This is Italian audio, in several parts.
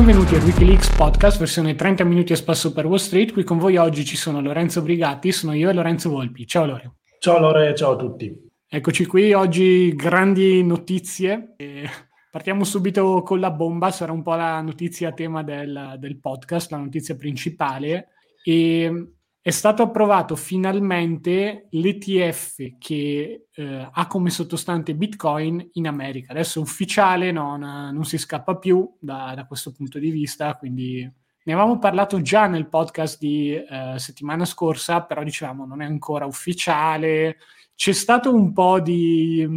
Benvenuti al Wikileaks Podcast, versione 30 minuti a spasso per Wall Street. Qui con voi oggi ci sono Lorenzo Brigatti, sono io e Lorenzo Volpi. Ciao Lore. Ciao Lore, ciao a tutti. Eccoci qui, oggi grandi notizie. Partiamo subito con la bomba, sarà un po' la notizia a tema del podcast, la notizia principale. E è stato approvato finalmente l'ETF che ha come sottostante Bitcoin in America. Adesso è ufficiale, non si scappa più da questo punto di vista, quindi ne avevamo parlato già nel podcast di settimana scorsa, però dicevamo non è ancora ufficiale. C'è stato un po' di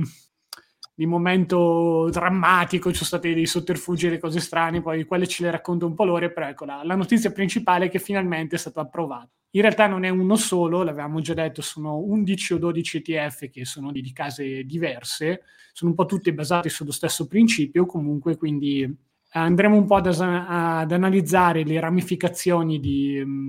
momento drammatico, ci sono stati dei sotterfugi e delle cose strane, poi quelle ce le racconto un po' Lore, però ecco, la notizia principale è che finalmente è stato approvato. In realtà non è uno solo, l'avevamo già detto, sono 11 o 12 ETF che sono di case diverse, sono un po' tutti basati sullo stesso principio comunque, quindi andremo un po' ad analizzare le ramificazioni di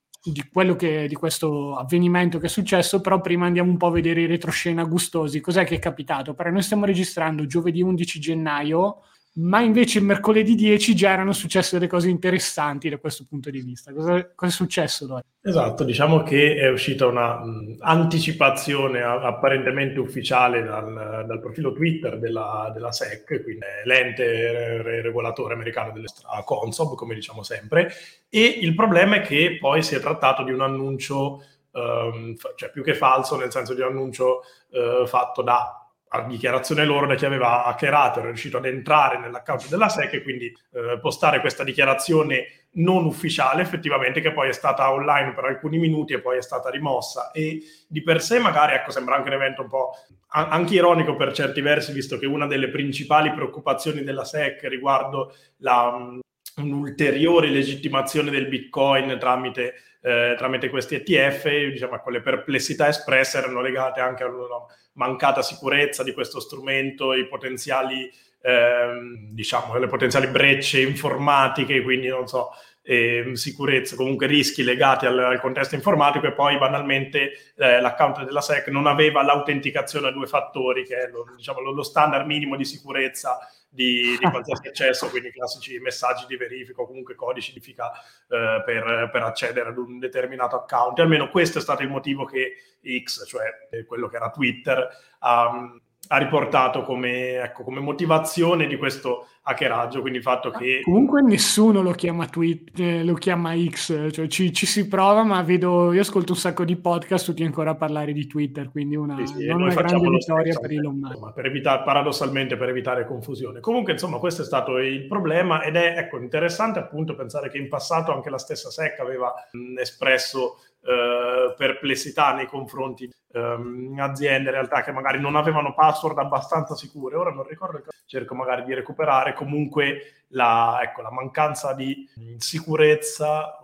questo avvenimento che è successo, però prima andiamo un po' a vedere i retroscena gustosi. Cos'è che è capitato? Perché noi stiamo registrando giovedì 11 gennaio, ma invece il mercoledì 10 già erano successe delle cose interessanti da questo punto di vista. Cosa è successo, Lore? Esatto, diciamo che è uscita una anticipazione apparentemente ufficiale dal profilo Twitter della SEC, quindi l'ente regolatore americano Consob, come diciamo sempre, e il problema è che poi si è trattato di un annuncio, cioè più che falso, nel senso di un annuncio fatto a dichiarazione loro da chi aveva hackerato, era riuscito ad entrare nell'account della SEC e quindi postare questa dichiarazione non ufficiale effettivamente, che poi è stata online per alcuni minuti e poi è stata rimossa, e di per sé magari sembra anche un evento un po' anche ironico per certi versi, visto che una delle principali preoccupazioni della SEC riguardo un'ulteriore legittimazione del Bitcoin tramite questi ETF, diciamo, quelle perplessità espresse erano legate anche alla mancata sicurezza di questo strumento, i potenziali diciamo le potenziali brecce informatiche, quindi non so, sicurezza, comunque rischi legati al contesto informatico, e poi banalmente l'account della SEC non aveva l'autenticazione a due fattori, che è lo standard minimo di sicurezza di qualsiasi accesso, quindi classici messaggi di verifica o comunque codici di verifica per accedere ad un determinato account. E almeno questo è stato il motivo che X, cioè quello che era Twitter, ha riportato come motivazione di questo hackeraggio, quindi il fatto che comunque nessuno lo chiama lo chiama X, cioè ci si prova, ma io ascolto un sacco di podcast tutti ancora a parlare di Twitter, quindi non una grande vittoria per Elon Musk. Paradossalmente per evitare confusione. Comunque insomma questo è stato il problema, ed è interessante appunto pensare che in passato anche la stessa SEC aveva espresso perplessità nei confronti di aziende in realtà che magari non avevano password abbastanza sicure. Ora non ricordo, cerco magari di recuperare. Comunque la mancanza di sicurezza.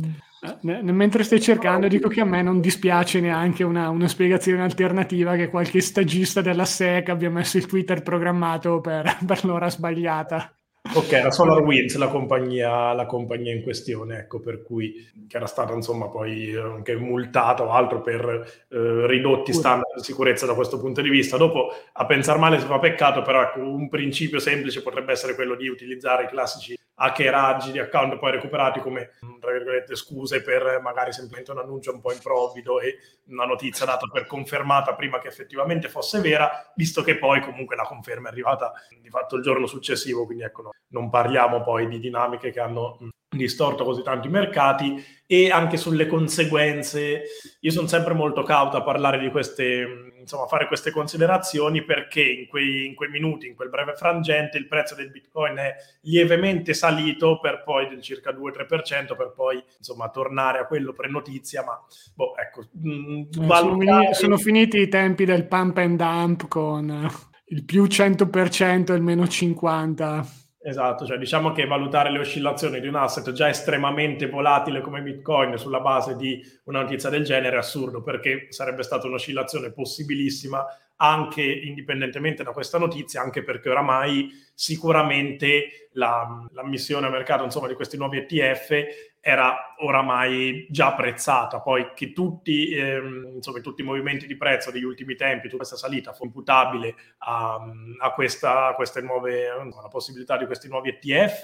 Mentre stai cercando, dico che a me non dispiace neanche una spiegazione alternativa, che qualche stagista della SEC abbia messo il Twitter programmato per l'ora sbagliata. Ok, era SolarWinds la compagnia in questione, ecco, per cui che era stata insomma poi anche multata o altro per ridotti standard di sicurezza da questo punto di vista. Dopo, a pensar male si fa peccato, però ecco, un principio semplice potrebbe essere quello di utilizzare i classici hackeraggi di account poi recuperati come, tra virgolette, scuse per magari semplicemente un annuncio un po' improvvido e una notizia data per confermata prima che effettivamente fosse vera, visto che poi comunque la conferma è arrivata di fatto il giorno successivo, quindi ecco, non parliamo poi di dinamiche che hanno distorto così tanto i mercati. E anche sulle conseguenze io sono sempre molto cauto a parlare di queste, insomma, fare queste considerazioni, perché in quei minuti, in quel breve frangente, il prezzo del Bitcoin è lievemente salito per poi del circa 2-3%, per poi insomma tornare a quello pre-notizia, ma ecco, sono finiti i tempi del pump and dump con il più 100% e il meno 50%. Esatto, cioè diciamo che valutare le oscillazioni di un asset già estremamente volatile come Bitcoin sulla base di una notizia del genere è assurdo, perché sarebbe stata un'oscillazione possibilissima anche indipendentemente da questa notizia, anche perché oramai sicuramente l'ammissione a mercato, insomma, di questi nuovi ETF era oramai già apprezzata. Poi che tutti i movimenti di prezzo degli ultimi tempi, tutta questa salita fu imputabile a queste nuove, alla possibilità di questi nuovi ETF,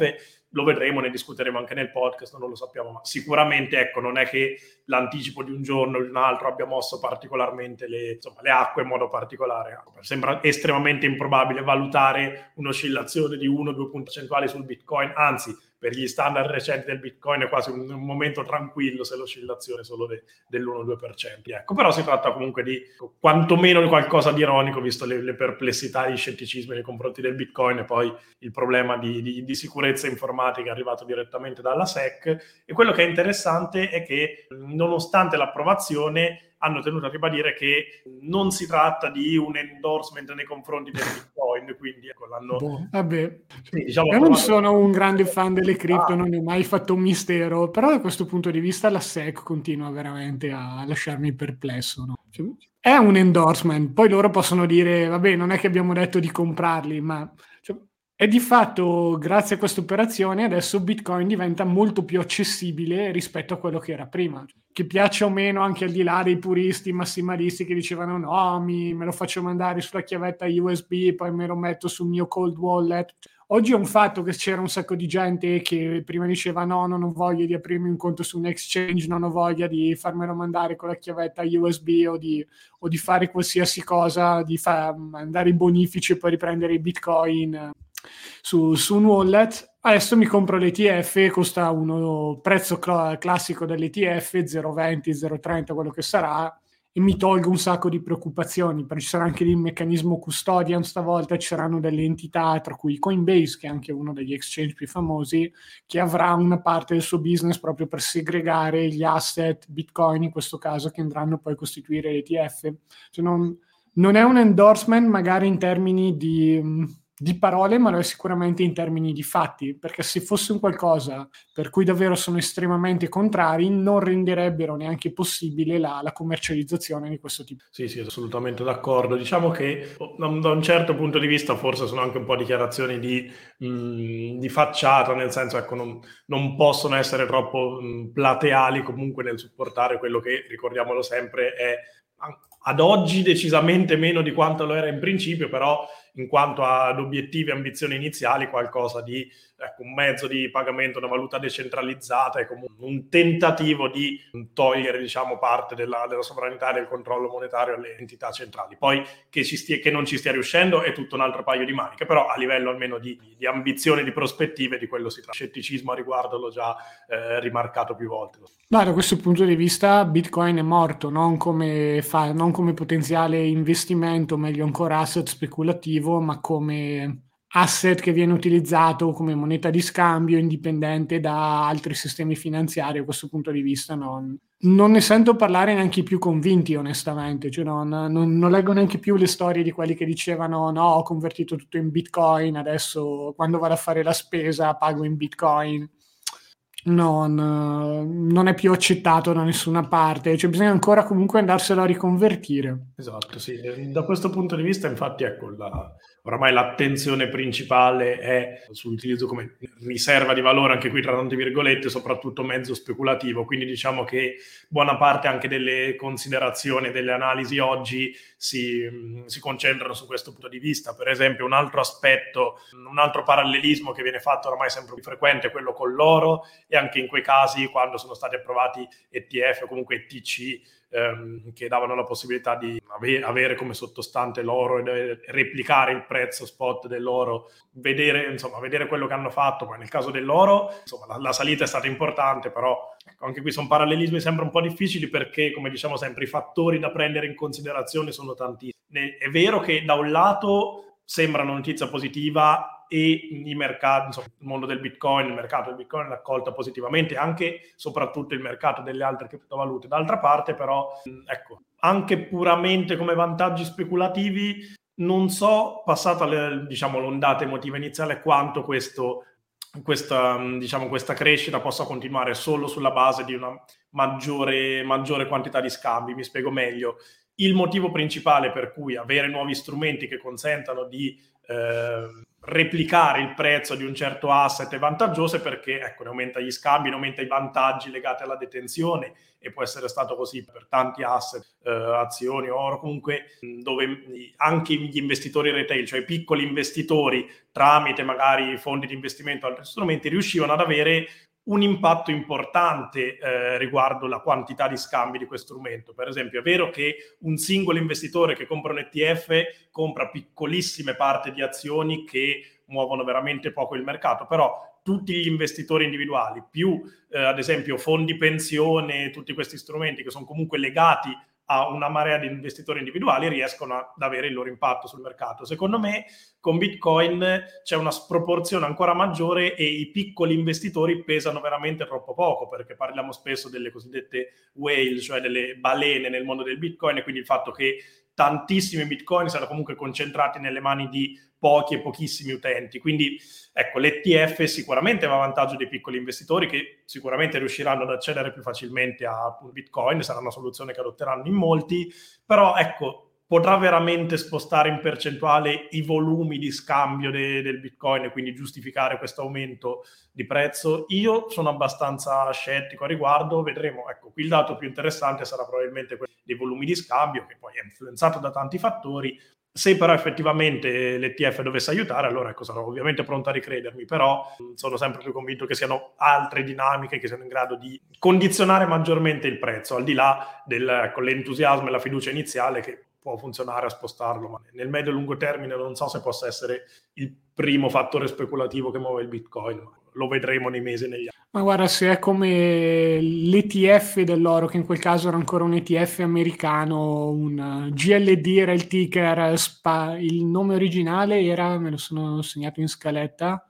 lo vedremo, ne discuteremo anche nel podcast, non lo sappiamo, ma sicuramente ecco, non è che l'anticipo di un giorno o di un altro abbia mosso particolarmente le acque in modo particolare. Sembra estremamente improbabile valutare un'oscillazione di 1-2 punti percentuali sul Bitcoin, anzi per gli standard recenti del Bitcoin è quasi un momento tranquillo se l'oscillazione è solo dell'1-2%. Ecco, però si tratta comunque di quantomeno di qualcosa di ironico, visto le perplessità e gli scetticismi nei confronti del Bitcoin e poi il problema di sicurezza informatica arrivato direttamente dalla SEC. E quello che è interessante è che nonostante l'approvazione hanno tenuto a ribadire che non si tratta di un endorsement nei confronti del Bitcoin, quindi ecco, l'hanno... vabbè. Sì, diciamo, io non sono un grande fan delle cripto, non ne ho mai fatto un mistero, però da questo punto di vista la SEC continua veramente a lasciarmi perplesso, no? Cioè, è un endorsement, poi loro possono dire, vabbè, non è che abbiamo detto di comprarli, ma... E di fatto, grazie a questa operazione, adesso Bitcoin diventa molto più accessibile rispetto a quello che era prima. Che piaccia o meno, anche al di là dei puristi massimalisti che dicevano no, me lo faccio mandare sulla chiavetta USB, poi me lo metto sul mio cold wallet. Oggi è un fatto che c'era un sacco di gente che prima diceva no, non ho voglia di aprirmi un conto su un exchange, non ho voglia di farmelo mandare con la chiavetta USB o di fare qualsiasi cosa, di mandare i bonifici e poi riprendere i Bitcoin su un wallet. Adesso mi compro l'ETF, costa uno prezzo classico dell'ETF 0,20, 0,30, quello che sarà, e mi tolgo un sacco di preoccupazioni, perché ci sarà anche il meccanismo custodian stavolta, ci saranno delle entità, tra cui Coinbase, che è anche uno degli exchange più famosi, che avrà una parte del suo business proprio per segregare gli asset Bitcoin, in questo caso, che andranno poi a costituire l'ETF. Cioè non è un endorsement magari in termini di parole, ma lo è sicuramente in termini di fatti, perché se fosse un qualcosa per cui davvero sono estremamente contrari, non renderebbero neanche possibile la commercializzazione di questo tipo. Sì, assolutamente d'accordo. Diciamo che da un certo punto di vista forse sono anche un po' dichiarazioni di facciata, nel senso, ecco, non possono essere troppo plateali comunque nel supportare quello che, ricordiamolo sempre, è ad oggi decisamente meno di quanto lo era in principio, però in quanto ad obiettivi e ambizioni iniziali qualcosa di un mezzo di pagamento, una valuta decentralizzata e comunque un tentativo di togliere, diciamo, parte della sovranità e del controllo monetario alle entità centrali. Poi che non ci stia riuscendo è tutto un altro paio di maniche, però a livello almeno di ambizione, di prospettive, di quello si tratta. Scetticismo a riguardo l'ho già rimarcato più volte. Ma da questo punto di vista Bitcoin è morto, non come potenziale investimento, meglio ancora asset speculativo, ma come asset che viene utilizzato come moneta di scambio indipendente da altri sistemi finanziari. A questo punto di vista non ne sento parlare neanche i più convinti, onestamente. Cioè non leggo neanche più le storie di quelli che dicevano no, ho convertito tutto in Bitcoin, adesso quando vado a fare la spesa pago in Bitcoin. Non è più accettato da nessuna parte, cioè bisogna ancora comunque andarselo a riconvertire. Esatto, sì. Da questo punto di vista, infatti, ecco, oramai l'attenzione principale è sull'utilizzo come riserva di valore, anche qui tra tante virgolette, soprattutto mezzo speculativo. Quindi diciamo che buona parte anche delle considerazioni, delle analisi oggi si concentrano su questo punto di vista. Per esempio, un altro aspetto, un altro parallelismo che viene fatto oramai sempre più frequente è quello con l'oro, e anche in quei casi, quando sono stati approvati ETF o comunque ETC, che davano la possibilità di avere come sottostante l'oro e replicare il prezzo spot dell'oro, vedere quello che hanno fatto. Poi nel caso dell'oro, insomma, la salita è stata importante, però anche qui sono parallelismi sempre un po' difficili, perché, come diciamo sempre, i fattori da prendere in considerazione sono tantissimi. È vero che da un lato sembra una notizia positiva e i mercati, insomma, il mondo del Bitcoin, il mercato del Bitcoin l'ha accolta positivamente, anche soprattutto il mercato delle altre criptovalute. D'altra parte, però, ecco, anche puramente come vantaggi speculativi, non so, passata l'ondata emotiva iniziale, quanto questa crescita possa continuare solo sulla base di una maggiore quantità di scambi. Mi spiego meglio. Il motivo principale per cui avere nuovi strumenti che consentano di replicare il prezzo di un certo asset è vantaggioso perché ecco, ne aumenta gli scambi, ne aumenta i vantaggi legati alla detenzione, e può essere stato così per tanti asset, azioni, oro, comunque dove anche gli investitori retail, cioè i piccoli investitori tramite magari fondi di investimento o altri strumenti, riuscivano ad avere un impatto importante riguardo la quantità di scambi di questo strumento. Per esempio, è vero che un singolo investitore che compra un ETF compra piccolissime parti di azioni che muovono veramente poco il mercato, però tutti gli investitori individuali, più ad esempio fondi pensione, tutti questi strumenti che sono comunque legati a una marea di investitori individuali, riescono ad avere il loro impatto sul mercato. Secondo me con Bitcoin c'è una sproporzione ancora maggiore e i piccoli investitori pesano veramente troppo poco, perché parliamo spesso delle cosiddette whale, cioè delle balene nel mondo del Bitcoin, e quindi il fatto che tantissimi Bitcoin siano comunque concentrati nelle mani di pochi e pochissimi utenti. Quindi ecco, l'ETF sicuramente va a vantaggio dei piccoli investitori, che sicuramente riusciranno ad accedere più facilmente a Bitcoin, sarà una soluzione che adotteranno in molti, però ecco, potrà veramente spostare in percentuale i volumi di scambio del Bitcoin e quindi giustificare questo aumento di prezzo? Io sono abbastanza scettico a riguardo, vedremo. Ecco, qui il dato più interessante sarà probabilmente quello dei volumi di scambio, che poi è influenzato da tanti fattori. Se però effettivamente l'ETF dovesse aiutare, allora ecco, sarò ovviamente pronto a ricredermi, però sono sempre più convinto che siano altre dinamiche che siano in grado di condizionare maggiormente il prezzo, al di là dell'entusiasmo e la fiducia iniziale che può funzionare a spostarlo, ma nel medio e lungo termine non so se possa essere il primo fattore speculativo che muove il Bitcoin, ma lo vedremo nei mesi e negli anni. Ma guarda, se è come l'ETF dell'oro, che in quel caso era ancora un ETF americano, un GLD era il ticker, il nome originale era, me lo sono segnato in scaletta,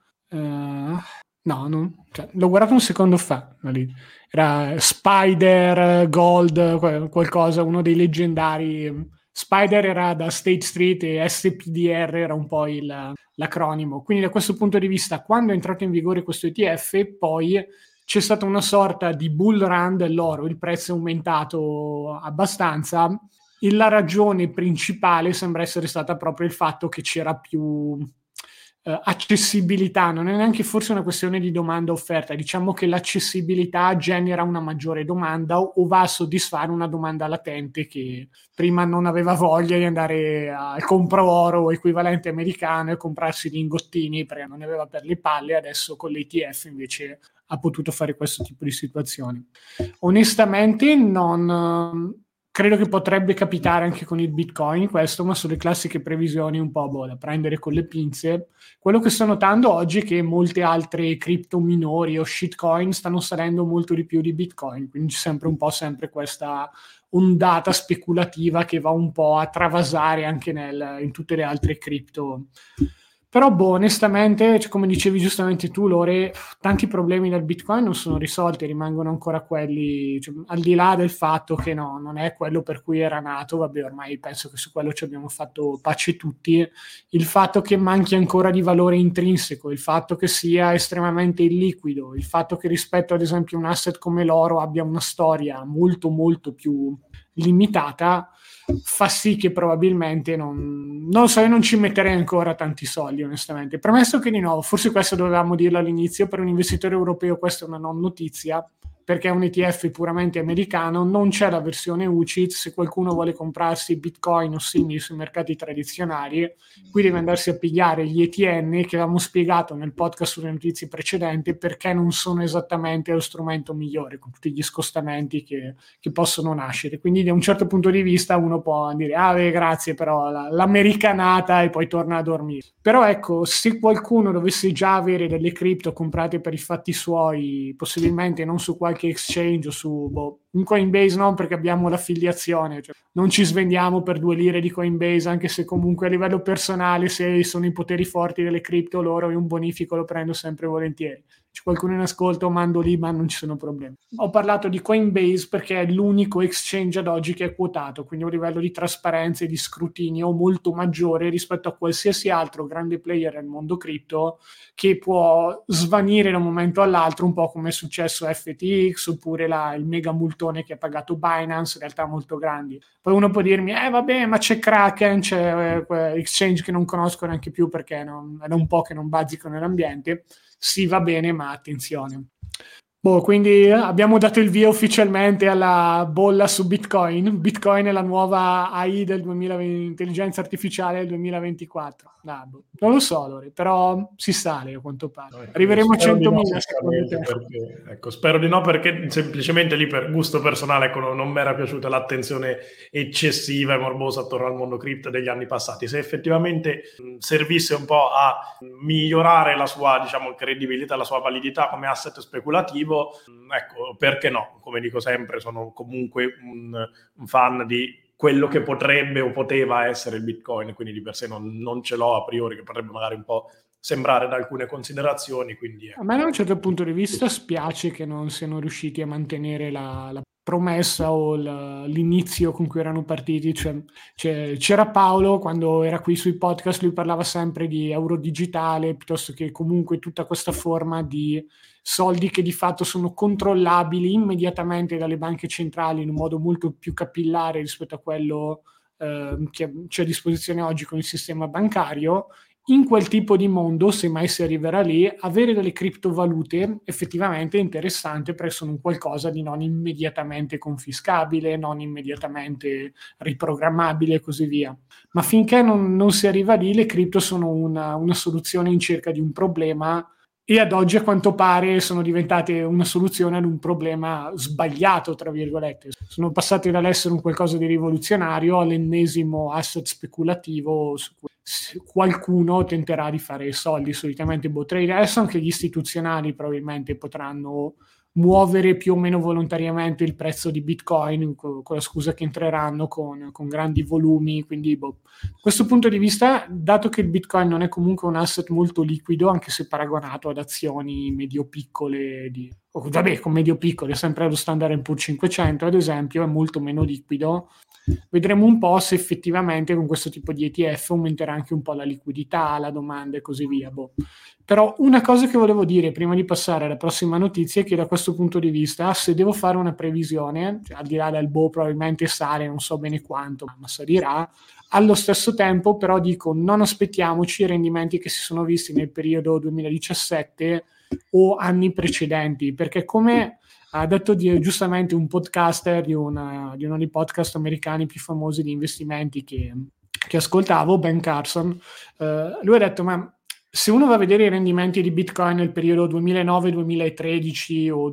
l'ho guardato un secondo fa, era Spider Gold, qualcosa, uno dei leggendari. Spider era da State Street e SPDR era un po' l'acronimo. Quindi da questo punto di vista, quando è entrato in vigore questo ETF, poi c'è stata una sorta di bull run dell'oro, il prezzo è aumentato abbastanza. E la ragione principale sembra essere stata proprio il fatto che c'era più accessibilità, non è neanche forse una questione di domanda offerta, diciamo che l'accessibilità genera una maggiore domanda o va a soddisfare una domanda latente che prima non aveva voglia di andare al compro oro equivalente americano e comprarsi lingottini perché non ne aveva per le palle. Adesso con l'ETF invece ha potuto fare questo tipo di situazioni. Onestamente non credo che potrebbe capitare anche con il Bitcoin questo, ma sono le classiche previsioni un po' da prendere con le pinze. Quello che sto notando oggi è che molte altre cripto minori o shitcoin stanno salendo molto di più di Bitcoin, quindi c'è sempre questa ondata speculativa che va un po' a travasare anche in tutte le altre cripto. Però onestamente, come dicevi giustamente tu, Lore, tanti problemi del Bitcoin non sono risolti, rimangono ancora quelli, al di là del fatto che no, non è quello per cui era nato, vabbè, ormai penso che su quello ci abbiamo fatto pace tutti, il fatto che manchi ancora di valore intrinseco, il fatto che sia estremamente illiquido, il fatto che rispetto ad esempio un asset come l'oro abbia una storia molto molto più limitata, fa sì che probabilmente non so, io non ci metterei ancora tanti soldi onestamente, premesso che di nuovo forse questo dovevamo dirlo all'inizio, per un investitore europeo questa è una non notizia perché è un ETF puramente americano, non c'è la versione UCITS. Se qualcuno vuole comprarsi Bitcoin o simili sui mercati tradizionali, qui deve andarsi a pigliare gli ETN che avevamo spiegato nel podcast sulle notizie precedenti perché non sono esattamente lo strumento migliore con tutti gli scostamenti che possono nascere. Quindi da un certo punto di vista uno può dire grazie, però l'americanata, e poi torna a dormire. Però ecco, se qualcuno dovesse già avere delle cripto comprate per i fatti suoi, possibilmente non su qualche exchange o su un Coinbase, no, perché abbiamo l'affiliazione, cioè non ci svendiamo per 2 lire di Coinbase, anche se comunque a livello personale, se sono i poteri forti delle cripto, loro e un bonifico lo prendo sempre volentieri. C'è qualcuno in ascolto, mando lì, ma non ci sono problemi. Ho parlato di Coinbase perché è l'unico exchange ad oggi che è quotato, quindi un livello di trasparenza e di scrutinio molto maggiore rispetto a qualsiasi altro grande player nel mondo cripto che può svanire da un momento all'altro, un po' come è successo a FTX oppure il mega multi multone che ha pagato Binance, in realtà molto grandi. Poi uno può dirmi, vabbè, ma c'è Kraken, c'è exchange che non conosco neanche più perché è da un po' che non bazzico nell'ambiente. Sì, va bene, ma attenzione. Quindi abbiamo dato il via ufficialmente alla bolla su Bitcoin. Bitcoin è la nuova AI del 2020, intelligenza artificiale del 2024. Non lo so, Lore, però si sale a quanto pare. Arriveremo a 100.000 secondo te? Spero di no, perché semplicemente lì per gusto personale non mi era piaciuta l'attenzione eccessiva e morbosa attorno al mondo cripto degli anni passati. Se effettivamente servisse un po' a migliorare la sua, diciamo, credibilità, la sua validità come asset speculativo, ecco, perché no? Come dico sempre, sono comunque un fan di quello che potrebbe o poteva essere il Bitcoin, quindi di per sé non ce l'ho a priori, che potrebbe magari un po' sembrare da alcune considerazioni. Quindi, a me da un certo punto di vista spiace che non siano riusciti a mantenere la promessa o l'inizio con cui erano partiti. C'era Paolo quando era qui sui podcast, lui parlava sempre di euro digitale piuttosto che comunque tutta questa forma di soldi che di fatto sono controllabili immediatamente dalle banche centrali in un modo molto più capillare rispetto a quello che c'è a disposizione oggi con il sistema bancario. In quel tipo di mondo, se mai si arriverà lì, avere delle criptovalute effettivamente è interessante perché sono un qualcosa di non immediatamente confiscabile, non immediatamente riprogrammabile e così via. Ma finché non si arriva lì, le cripto sono una soluzione in cerca di un problema, e ad oggi a quanto pare sono diventate una soluzione ad un problema sbagliato, tra virgolette. Sono passati dall'essere un qualcosa di rivoluzionario all'ennesimo asset speculativo su cui qualcuno tenterà di fare soldi, solitamente bot trader. Adesso anche gli istituzionali probabilmente potranno muovere più o meno volontariamente il prezzo di Bitcoin con la scusa che entreranno con grandi volumi, quindi da questo punto di vista, dato che il Bitcoin non è comunque un asset molto liquido, anche se paragonato ad azioni medio-piccole con medio-piccole, sempre allo Standard & Poor's 500 ad esempio, è molto meno liquido. Vedremo un po' se effettivamente con questo tipo di ETF aumenterà anche un po' la liquidità, la domanda e così via. Però una cosa che volevo dire prima di passare alla prossima notizia è che da questo punto di vista, se devo fare una previsione, al di là del probabilmente sale, non so bene quanto, ma salirà, allo stesso tempo però dico non aspettiamoci i rendimenti che si sono visti nel periodo 2017 o anni precedenti, perché come ha detto giustamente un podcaster di uno dei podcast americani più famosi di investimenti che ascoltavo, Ben Carson, lui ha detto ma se uno va a vedere i rendimenti di Bitcoin nel periodo 2009-2013 o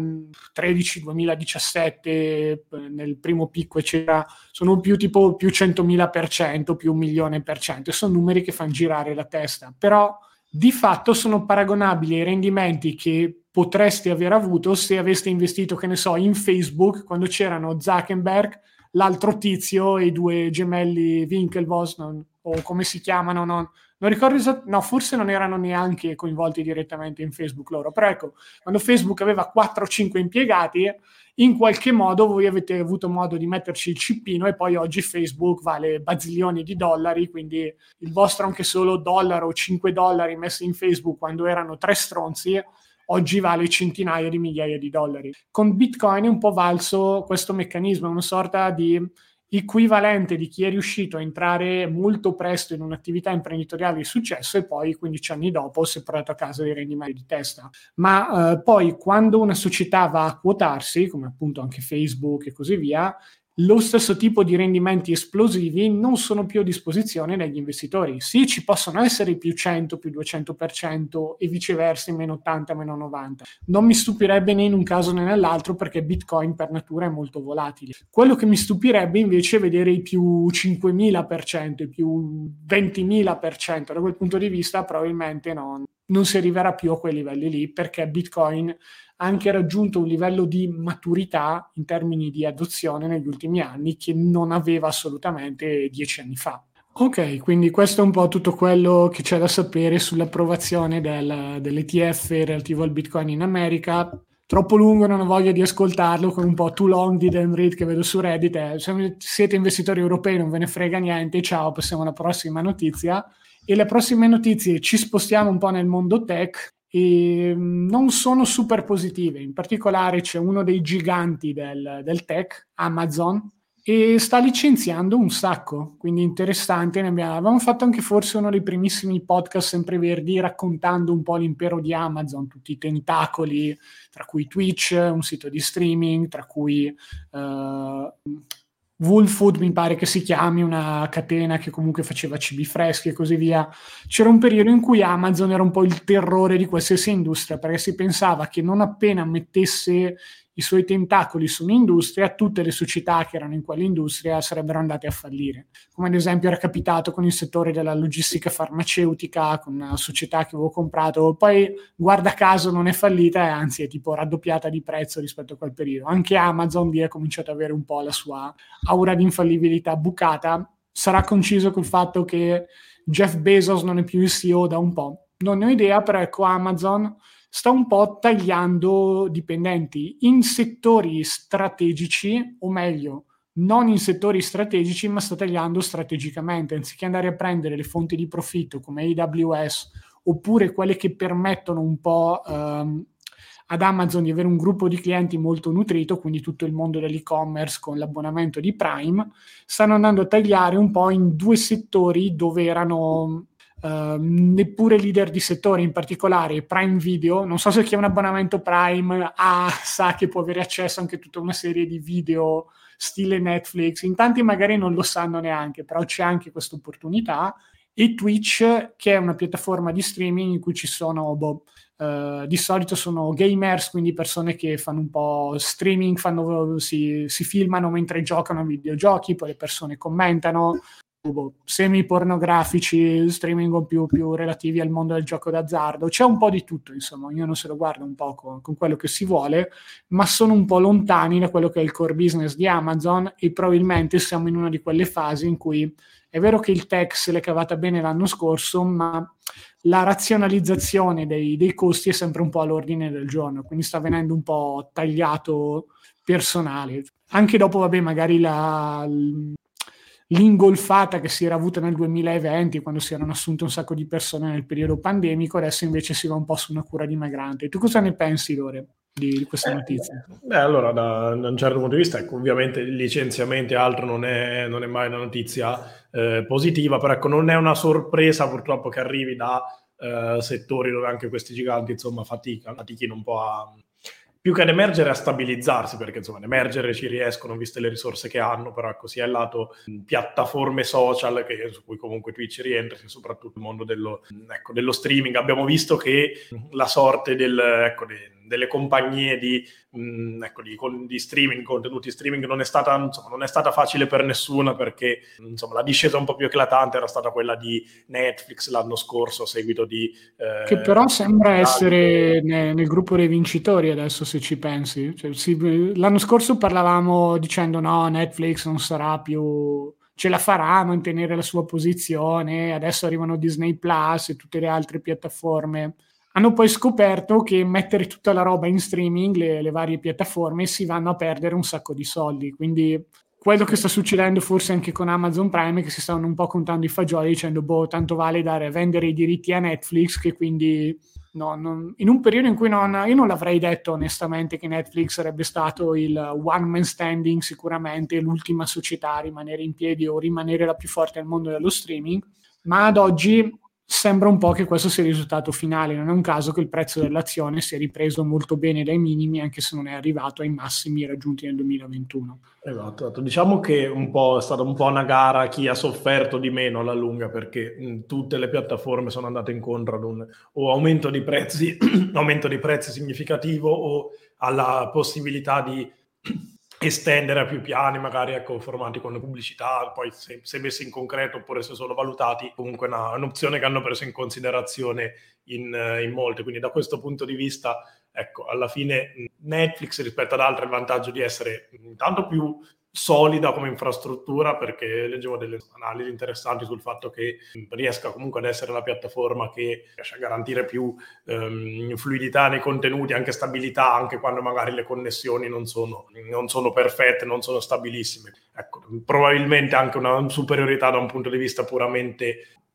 2013-2017 nel primo picco eccetera, sono più tipo più 100.000%, più 1.000.000%, e sono numeri che fanno girare la testa, però di fatto sono paragonabili ai rendimenti che potreste aver avuto se aveste investito, che ne so, in Facebook quando c'erano Zuckerberg, l'altro tizio e i due gemelli Winklevoss, o come si chiamano, non ricordo no, forse non erano neanche coinvolti direttamente in Facebook loro, però ecco, quando Facebook aveva 4 o 5 impiegati, in qualche modo voi avete avuto modo di metterci il cippino e poi oggi Facebook vale bazilioni di dollari, quindi il vostro anche solo $1 o $5 messi in Facebook quando erano 3 stronzi, oggi vale centinaia di migliaia di dollari. Con Bitcoin è un po' valso questo meccanismo, è una sorta di equivalente di chi è riuscito a entrare molto presto in un'attività imprenditoriale di successo e poi 15 anni dopo si è portato a casa dei rendimenti di testa. Ma poi quando una società va a quotarsi, come appunto anche Facebook e così via, lo stesso tipo di rendimenti esplosivi non sono più a disposizione degli investitori. Sì, ci possono essere più 100, più 200% e viceversa, meno 80, meno 90. Non mi stupirebbe né in un caso né nell'altro perché Bitcoin per natura è molto volatile. Quello che mi stupirebbe invece è vedere i più 5.000%, i più 20.000%. Da quel punto di vista probabilmente non si arriverà più a quei livelli lì perché Bitcoin ha anche raggiunto un livello di maturità in termini di adozione negli ultimi anni che non aveva assolutamente 10 anni fa. Ok, quindi questo è un po' tutto quello che c'è da sapere sull'approvazione dell'ETF relativo al Bitcoin in America. Troppo lungo, non ho voglia di ascoltarlo, con un po' too long di Dan Reed che vedo su Reddit. Se siete investitori europei non ve ne frega niente, ciao, passiamo alla prossima notizia. E le prossime notizie ci spostiamo un po' nel mondo tech e non sono super positive. In particolare c'è uno dei giganti del tech, Amazon, e sta licenziando un sacco, quindi interessante. Avevamo fatto anche forse uno dei primissimi podcast sempreverdi raccontando un po' l'impero di Amazon, tutti i tentacoli, tra cui Twitch, un sito di streaming, tra cui Woolfood mi pare che si chiami, una catena che comunque faceva cibi freschi e così via. C'era un periodo in cui Amazon era un po' il terrore di qualsiasi industria, perché si pensava che non appena mettesse i suoi tentacoli su un'industria, tutte le società che erano in quell'industria sarebbero andate a fallire. Come ad esempio era capitato con il settore della logistica farmaceutica, con una società che avevo comprato, poi guarda caso non è fallita e anzi è tipo raddoppiata di prezzo rispetto a quel periodo. Anche Amazon lì ha cominciato ad avere un po' la sua aura di infallibilità bucata. Sarà conciso col fatto che Jeff Bezos non è più il CEO da un po'. Non ne ho idea, però ecco, Amazon sta un po' tagliando dipendenti in settori strategici, o meglio, non in settori strategici, ma sta tagliando strategicamente, anziché andare a prendere le fonti di profitto come AWS, oppure quelle che permettono un po' ad Amazon di avere un gruppo di clienti molto nutrito, quindi tutto il mondo dell'e-commerce con l'abbonamento di Prime, stanno andando a tagliare un po' in due settori dove erano neppure leader di settore, in particolare Prime Video. Non so se chi ha un abbonamento Prime sa che può avere accesso anche a tutta una serie di video stile Netflix, in tanti magari non lo sanno neanche, però c'è anche questa opportunità. E Twitch, che è una piattaforma di streaming in cui ci sono di solito sono gamers, quindi persone che fanno un po' streaming, si filmano mentre giocano a videogiochi, poi le persone commentano, semi-pornografici, streaming più relativi al mondo del gioco d'azzardo. C'è un po' di tutto, insomma, ognuno se lo guarda un po' con quello che si vuole, ma sono un po' lontani da quello che è il core business di Amazon e probabilmente siamo in una di quelle fasi in cui è vero che il tech se l'è cavata bene l'anno scorso, ma la razionalizzazione dei costi è sempre un po' all'ordine del giorno, quindi sta venendo un po' tagliato personale. Anche dopo, vabbè, magari l'ingolfata che si era avuta nel 2020, quando si erano assunte un sacco di persone nel periodo pandemico, adesso invece si va un po' su una cura dimagrante. Tu cosa ne pensi, Lore, di questa notizia? Allora, da un certo punto di vista, ecco, ovviamente il licenziamento e altro non è mai una notizia positiva, però ecco, non è una sorpresa purtroppo che arrivi da settori dove anche questi giganti, insomma, fatichino un po' a più che ad emergere, a stabilizzarsi, perché insomma ad emergere ci riescono viste le risorse che hanno, però ecco, sia il lato piattaforme social, su cui comunque Twitch rientra, sia soprattutto il mondo dello streaming. Abbiamo visto che la sorte delle compagnie di streaming, contenuti streaming, non è stata facile per nessuna, perché insomma la discesa un po' più eclatante era stata quella di Netflix l'anno scorso a seguito di che però sembra essere nel gruppo dei vincitori adesso, se ci pensi. Cioè, l'anno scorso parlavamo dicendo no, Netflix non sarà più, ce la farà a mantenere la sua posizione, adesso arrivano Disney Plus e tutte le altre piattaforme. Hanno poi scoperto che mettere tutta la roba in streaming, le varie piattaforme, si vanno a perdere un sacco di soldi, quindi quello che sta succedendo forse anche con Amazon Prime è che si stanno un po' contando i fagioli dicendo tanto vale vendere i diritti a Netflix, che quindi in un periodo in cui io non l'avrei detto onestamente che Netflix sarebbe stato il one man standing, sicuramente l'ultima società a rimanere in piedi o rimanere la più forte nel mondo dello streaming, ma ad oggi sembra un po' che questo sia il risultato finale. Non è un caso che il prezzo dell'azione sia ripreso molto bene dai minimi, anche se non è arrivato ai massimi raggiunti nel 2021. Esatto. Diciamo che è stata un po' una gara a chi ha sofferto di meno alla lunga, perché tutte le piattaforme sono andate incontro ad un aumento di prezzi significativo, o alla possibilità di estendere a più piani, magari formati con le pubblicità, poi se messi in concreto oppure se solo valutati, comunque è un'opzione che hanno preso in considerazione in molte. Quindi da questo punto di vista, ecco, alla fine Netflix rispetto ad altri ha il vantaggio di essere intanto più solida come infrastruttura, perché leggevo delle analisi interessanti sul fatto che riesca comunque ad essere la piattaforma che riesce a garantire più fluidità nei contenuti, anche stabilità, anche quando magari le connessioni non sono perfette, non sono stabilissime. Ecco, probabilmente anche una superiorità da un punto di vista puramente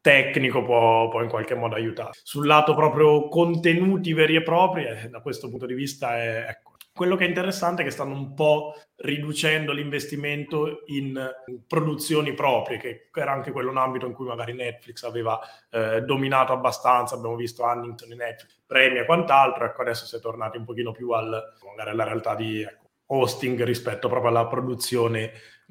tecnico può in qualche modo aiutare. Sul lato proprio contenuti veri e propri, da questo punto di vista ecco, quello che è interessante è che stanno un po' riducendo l'investimento in produzioni proprie, che era anche quello un ambito in cui magari Netflix aveva dominato abbastanza. Abbiamo visto Huntington in Netflix, premi e quant'altro. Ecco, adesso si è tornati un pochino più magari alla realtà di hosting rispetto proprio alla produzione.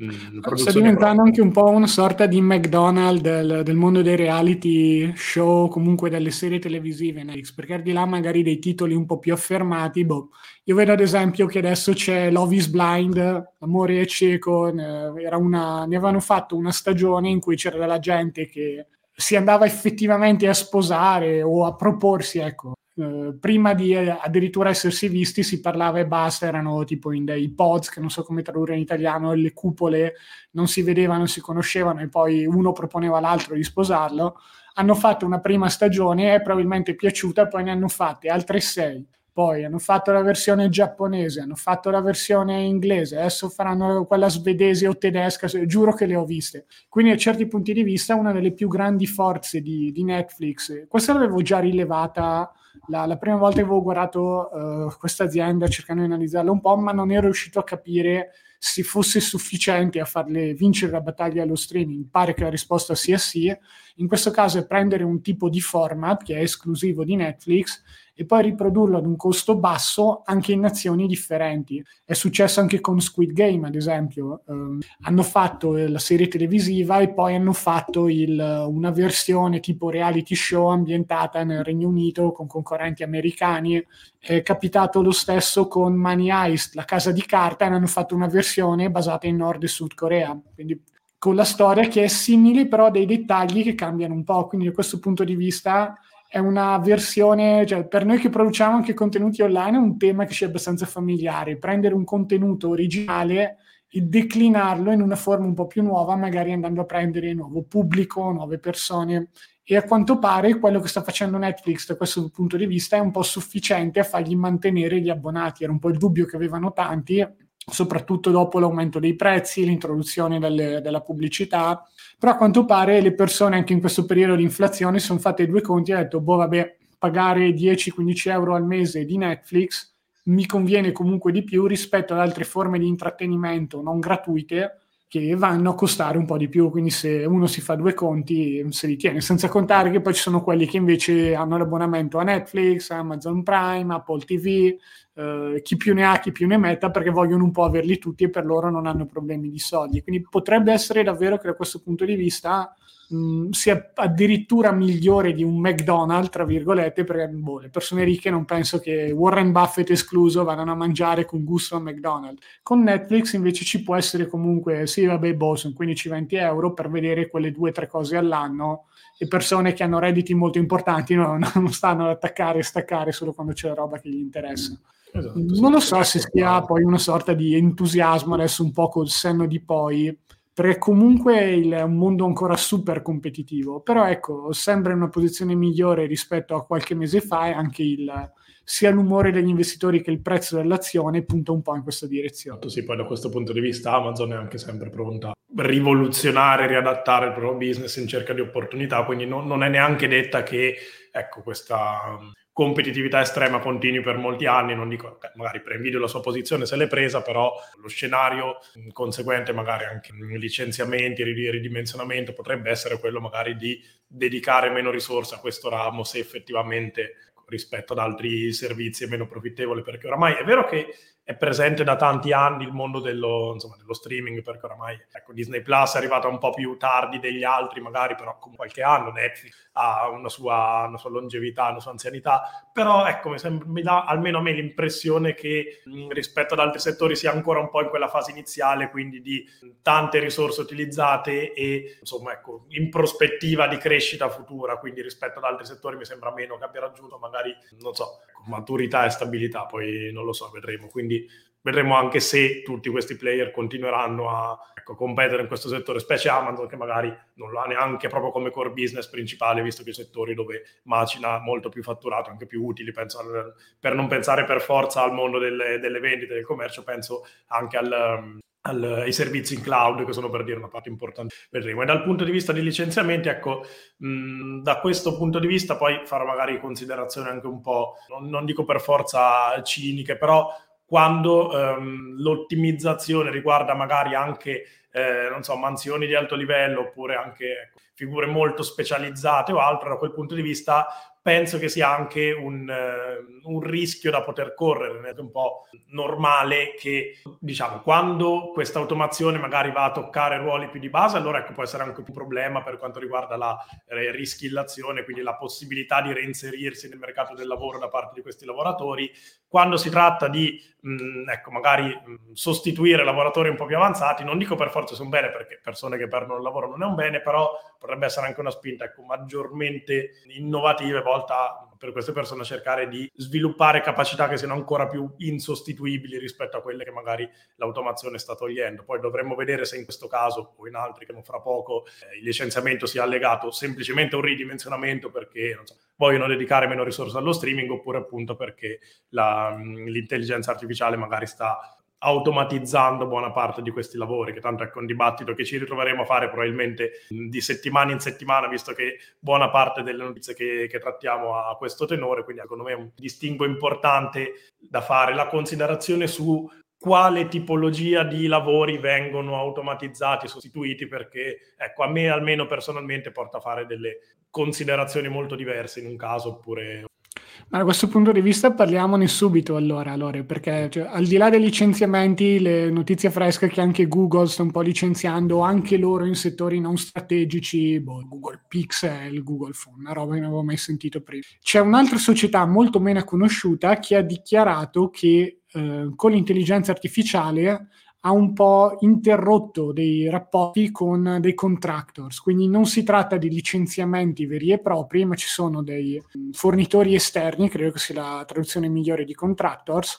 Sta diventando anche un po' una sorta di McDonald's del mondo dei reality show, comunque delle serie televisive Netflix, perché al di là magari dei titoli un po' più affermati, io vedo ad esempio che adesso c'è Love is Blind, Amore è cieco, ne avevano fatto una stagione in cui c'era della gente che si andava effettivamente a sposare o a proporsi, ecco. Prima di addirittura essersi visti si parlava e basta, erano tipo in dei pods, che non so come tradurre in italiano, le cupole, non si vedevano, non si conoscevano e poi uno proponeva all'altro di sposarlo. Hanno fatto una prima stagione, è probabilmente piaciuta, poi ne hanno fatte altre 6. Poi hanno fatto la versione giapponese, hanno fatto la versione inglese, adesso faranno quella svedese o tedesca, giuro che le ho viste. Quindi a certi punti di vista una delle più grandi forze di Netflix, questa l'avevo già rilevata la prima volta che avevo guardato questa azienda cercando di analizzarla un po', ma non ero riuscito a capire se fosse sufficiente a farle vincere la battaglia allo streaming. Pare che la risposta sia sì. In questo caso è prendere un tipo di format che è esclusivo di Netflix e poi riprodurlo ad un costo basso anche in nazioni differenti. È successo anche con Squid Game, ad esempio. Hanno fatto la serie televisiva e poi hanno fatto una versione tipo reality show ambientata nel Regno Unito con concorrenti americani. È capitato lo stesso con Money Heist, La Casa di Carta, e hanno fatto una versione basata in Nord e Sud Corea. Quindi con la storia che è simile, però ha dei dettagli che cambiano un po'. Quindi da questo punto di vista è una versione, cioè per noi che produciamo anche contenuti online è un tema che ci è abbastanza familiare, prendere un contenuto originale e declinarlo in una forma un po' più nuova, magari andando a prendere nuovo pubblico, nuove persone. E a quanto pare quello che sta facendo Netflix da questo punto di vista è un po' sufficiente a fargli mantenere gli abbonati. Era un po' il dubbio che avevano tanti, soprattutto dopo l'aumento dei prezzi, l'introduzione della pubblicità. Però a quanto pare le persone anche in questo periodo di inflazione sono fatte due conti e hanno detto, vabbè, pagare 10-15 euro al mese di Netflix mi conviene comunque di più rispetto ad altre forme di intrattenimento non gratuite che vanno a costare un po' di più. Quindi se uno si fa due conti se li tiene, senza contare che poi ci sono quelli che invece hanno l'abbonamento a Netflix, Amazon Prime, Apple TV, chi più ne ha chi più ne metta, perché vogliono un po' averli tutti e per loro non hanno problemi di soldi. Quindi potrebbe essere davvero che da questo punto di vista sia addirittura migliore di un McDonald's, tra virgolette, perché le persone ricche non penso che Warren Buffett escluso vadano a mangiare con gusto a McDonald's. Con Netflix invece ci può essere comunque, sì vabbè, sono 15-20 euro per vedere quelle 2-3 cose all'anno, e persone che hanno redditi molto importanti non stanno ad attaccare e staccare solo quando c'è la roba che gli interessa. Esatto, non lo so se sia poi una sorta di entusiasmo adesso un po' col senno di poi, perché comunque è un mondo ancora super competitivo, però ecco, sembra in una posizione migliore rispetto a qualche mese fa, e anche sia l'umore degli investitori che il prezzo dell'azione punta un po' in questa direzione. Sì, poi da questo punto di vista Amazon è anche sempre pronta a rivoluzionare, riadattare il proprio business in cerca di opportunità, quindi non è neanche detta che ecco, questa competitività estrema continui per molti anni. Non dico, magari pre-Nvidia la sua posizione se l'è presa, però lo scenario conseguente magari anche licenziamenti, ridimensionamento potrebbe essere quello magari di dedicare meno risorse a questo ramo, se effettivamente rispetto ad altri servizi è meno profittevole, perché oramai è vero che è presente da tanti anni il mondo dello streaming, perché oramai ecco, Disney Plus è arrivato un po' più tardi degli altri magari, però come qualche anno Netflix ha una sua longevità, una sua anzianità, però ecco, mi dà almeno a me l'impressione che rispetto ad altri settori sia ancora un po' in quella fase iniziale, quindi di tante risorse utilizzate e insomma ecco, in prospettiva di crescita futura, quindi rispetto ad altri settori mi sembra meno che abbia raggiunto magari, non so, maturità e stabilità, poi non lo so, vedremo. Quindi vedremo anche se tutti questi player continueranno a competere in questo settore, specie Amazon, che magari non lo ha neanche proprio come core business principale, visto che i settori dove macina molto più fatturato, anche più utili, penso per non pensare per forza al mondo delle vendite, del commercio, penso anche ai servizi in cloud, che sono, per dire, una parte importante. Vedremo. E dal punto di vista di licenziamenti, ecco, da questo punto di vista poi farò magari considerazioni anche un po', non dico per forza ciniche, però quando l'ottimizzazione riguarda magari anche non so, mansioni di alto livello, oppure anche figure molto specializzate o altro, da quel punto di vista penso che sia anche un rischio da poter correre. È un po' normale che, diciamo, quando questa automazione magari va a toccare ruoli più di base, allora può essere anche un problema per quanto riguarda la rischillazione, quindi la possibilità di reinserirsi nel mercato del lavoro da parte di questi lavoratori. Quando si tratta di magari sostituire lavoratori un po' più avanzati, non dico per forza sono bene, perché persone che perdono il lavoro non è un bene, però potrebbe essere anche una spinta maggiormente innovativa, volta per queste persone a cercare di sviluppare capacità che siano ancora più insostituibili rispetto a quelle che magari l'automazione sta togliendo. Poi dovremmo vedere se in questo caso o in altri, che non fra poco, il licenziamento sia legato semplicemente a un ridimensionamento perché non so, vogliono dedicare meno risorse allo streaming, oppure appunto perché l'intelligenza artificiale magari sta automatizzando buona parte di questi lavori, che tanto è un dibattito che ci ritroveremo a fare probabilmente di settimana in settimana, visto che buona parte delle notizie che trattiamo ha questo tenore. Quindi secondo me è un distinguo importante da fare, la considerazione su quale tipologia di lavori vengono automatizzati, sostituiti, perché ecco, a me almeno personalmente porta a fare delle considerazioni molto diverse in un caso oppure. Ma da questo punto di vista parliamone subito allora, Lore, perché al di là dei licenziamenti, le notizie fresche che anche Google sta un po' licenziando anche loro in settori non strategici, Google Pixel, Google Phone, una roba che non avevo mai sentito prima. C'è un'altra società molto meno conosciuta che ha dichiarato che con l'intelligenza artificiale ha un po' interrotto dei rapporti con dei contractors, quindi non si tratta di licenziamenti veri e propri, ma ci sono dei fornitori esterni, credo che sia la traduzione migliore di contractors,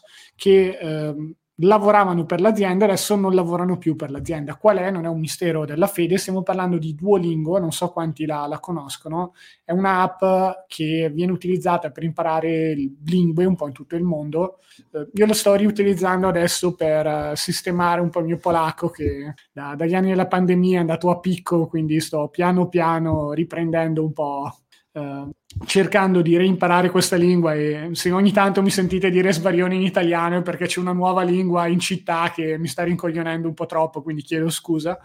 che lavoravano per l'azienda, adesso non lavorano più per l'azienda. Qual è? Non è un mistero della fede, stiamo parlando di Duolingo, non so quanti la conoscono, è un'app che viene utilizzata per imparare lingue un po' in tutto il mondo. Io lo sto riutilizzando adesso per sistemare un po' il mio polacco, che dagli anni della pandemia è andato a picco, quindi sto piano piano riprendendo un po', cercando di reimparare questa lingua. E se ogni tanto mi sentite dire sbarione in italiano è perché c'è una nuova lingua in città che mi sta rincoglionendo un po' troppo, quindi chiedo scusa.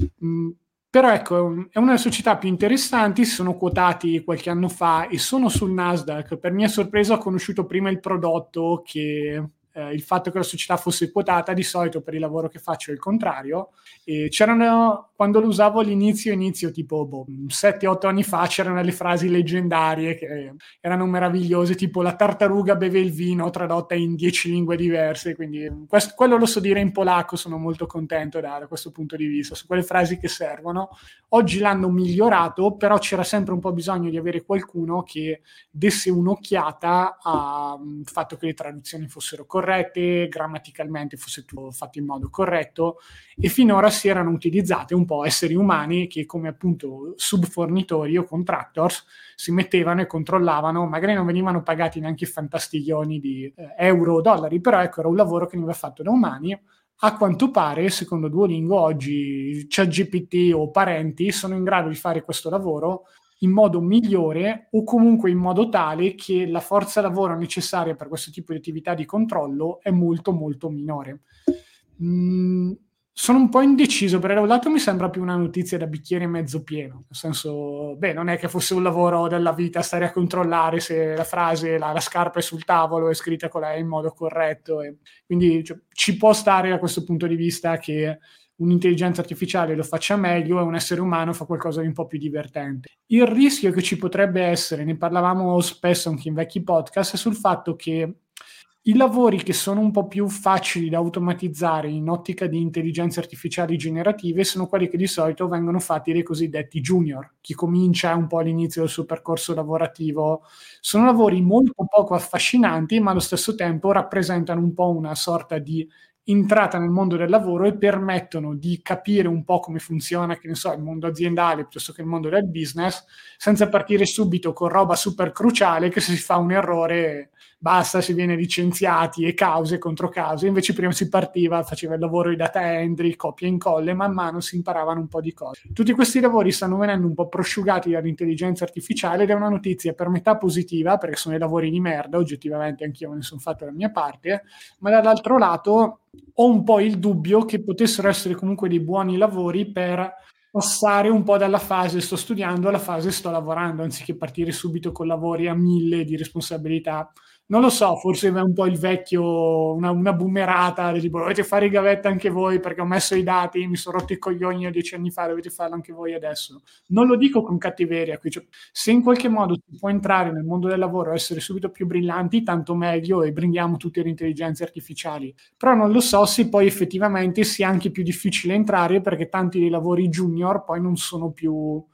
Però ecco, è una delle società più interessanti, si sono quotati qualche anno fa e sono sul Nasdaq. Per mia sorpresa ho conosciuto prima il prodotto che il fatto che la società fosse quotata. Di solito per il lavoro che faccio è il contrario. E c'erano, quando lo usavo all'inizio tipo 7-8 anni fa, c'erano le frasi leggendarie che erano meravigliose, tipo la tartaruga beve il vino, tradotta in 10 lingue diverse. Quindi quello lo so dire in polacco, sono molto contento da questo punto di vista, su quelle frasi che servono. Oggi l'hanno migliorato, però c'era sempre un po' bisogno di avere qualcuno che desse un'occhiata al fatto che le traduzioni fossero corrette, grammaticalmente fosse tutto fatto in modo corretto, e finora si erano utilizzate un po' esseri umani che, come appunto subfornitori o contractors, si mettevano e controllavano, magari non venivano pagati neanche fantastiglioni di euro o dollari, però ecco, era un lavoro che veniva fatto da umani. A quanto pare, secondo Duolingo, oggi ChatGPT o parenti sono in grado di fare questo lavoro in modo migliore, o comunque in modo tale che la forza lavoro necessaria per questo tipo di attività di controllo è molto molto minore. Sono un po' indeciso, perché da un lato mi sembra più una notizia da bicchiere mezzo pieno, nel senso, non è che fosse un lavoro della vita stare a controllare se la frase, la scarpa è sul tavolo, è scritta con lei in modo corretto, e quindi ci può stare da questo punto di vista che un'intelligenza artificiale lo faccia meglio e un essere umano fa qualcosa di un po' più divertente. Il rischio che ci potrebbe essere, ne parlavamo spesso anche in vecchi podcast, è sul fatto che i lavori che sono un po' più facili da automatizzare in ottica di intelligenze artificiali generative sono quelli che di solito vengono fatti dai cosiddetti junior, chi comincia un po' all'inizio del suo percorso lavorativo. Sono lavori molto poco affascinanti, ma allo stesso tempo rappresentano un po' una sorta di entrata nel mondo del lavoro e permettono di capire un po' come funziona, che ne so, il mondo aziendale piuttosto che il mondo del business, senza partire subito con roba super cruciale che se si fa un errore basta, si viene licenziati e cause contro cause. Invece prima si partiva, faceva il lavoro di data entry, copia e incolla, e man mano si imparavano un po' di cose. Tutti questi lavori stanno venendo un po' prosciugati dall'intelligenza artificiale ed è una notizia per metà positiva, perché sono dei lavori di merda, oggettivamente anch'io me ne sono fatto la mia parte, ma dall'altro lato ho un po' il dubbio che potessero essere comunque dei buoni lavori per passare un po' dalla fase sto studiando alla fase sto lavorando, anziché partire subito con lavori a 1000 di responsabilità. Non lo so, forse è un po' il vecchio, una boomerata, del tipo dovete fare i gavetta anche voi perché ho messo i dati, mi sono rotto i coglioni 10 anni fa, dovete farlo anche voi adesso. Non lo dico con cattiveria, cioè, se in qualche modo si può entrare nel mondo del lavoro e essere subito più brillanti, tanto meglio e brindiamo tutte le intelligenze artificiali. Però non lo so se poi effettivamente sia anche più difficile entrare perché tanti dei lavori junior poi non sono più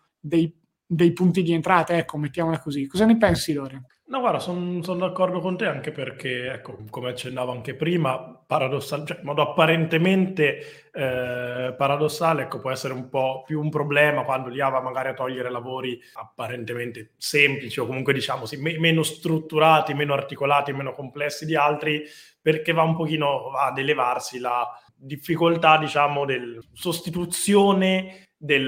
dei punti di entrata, ecco, mettiamola così. Cosa ne pensi, Lore? No, guarda, sono d'accordo con te anche perché, ecco, come accennavo anche prima, paradossale, cioè in modo apparentemente paradossale, ecco, può essere un po' più un problema quando li va magari a togliere lavori apparentemente semplici o comunque diciamo sì, meno strutturati, meno articolati, meno complessi di altri, perché va un pochino ad elevarsi la difficoltà, diciamo, del sostituzione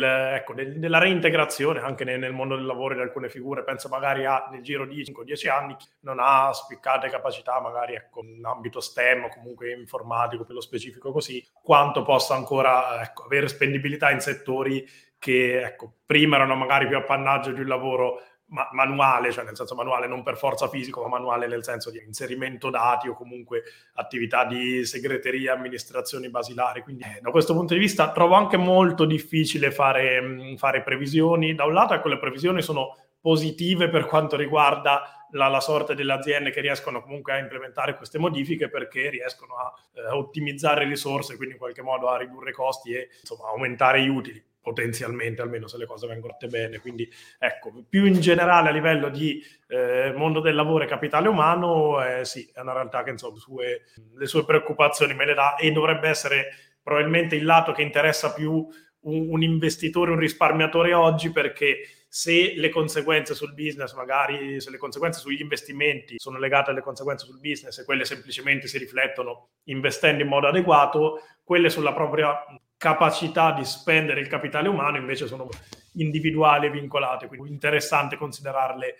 della reintegrazione anche nel mondo del lavoro di alcune figure. Penso magari nel giro di 5-10 anni non ha spiccate capacità magari in ambito STEM o comunque informatico per lo specifico così, quanto possa ancora avere spendibilità in settori che prima erano magari più appannaggio di un lavoro manuale, cioè nel senso manuale non per forza fisico, ma manuale nel senso di inserimento dati o comunque attività di segreteria, amministrazioni basilari. Quindi da questo punto di vista trovo anche molto difficile fare previsioni. Da un lato le previsioni sono positive per quanto riguarda la sorte delle aziende che riescono comunque a implementare queste modifiche, perché riescono a ottimizzare risorse, quindi in qualche modo a ridurre costi e insomma aumentare gli utili potenzialmente, almeno se le cose vengono fatte bene. Quindi più in generale a livello di mondo del lavoro e capitale umano, sì, è una realtà che insomma le sue preoccupazioni me le dà, e dovrebbe essere probabilmente il lato che interessa più un investitore, un risparmiatore oggi, perché se le conseguenze sul business, magari se le conseguenze sugli investimenti sono legate alle conseguenze sul business e quelle semplicemente si riflettono investendo in modo adeguato, quelle sulla propria capacità di spendere il capitale umano invece sono individuali e vincolate, quindi interessante considerarle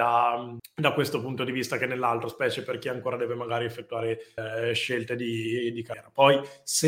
da questo punto di vista che nell'altro, specie per chi ancora deve magari effettuare scelte di carriera. Poi se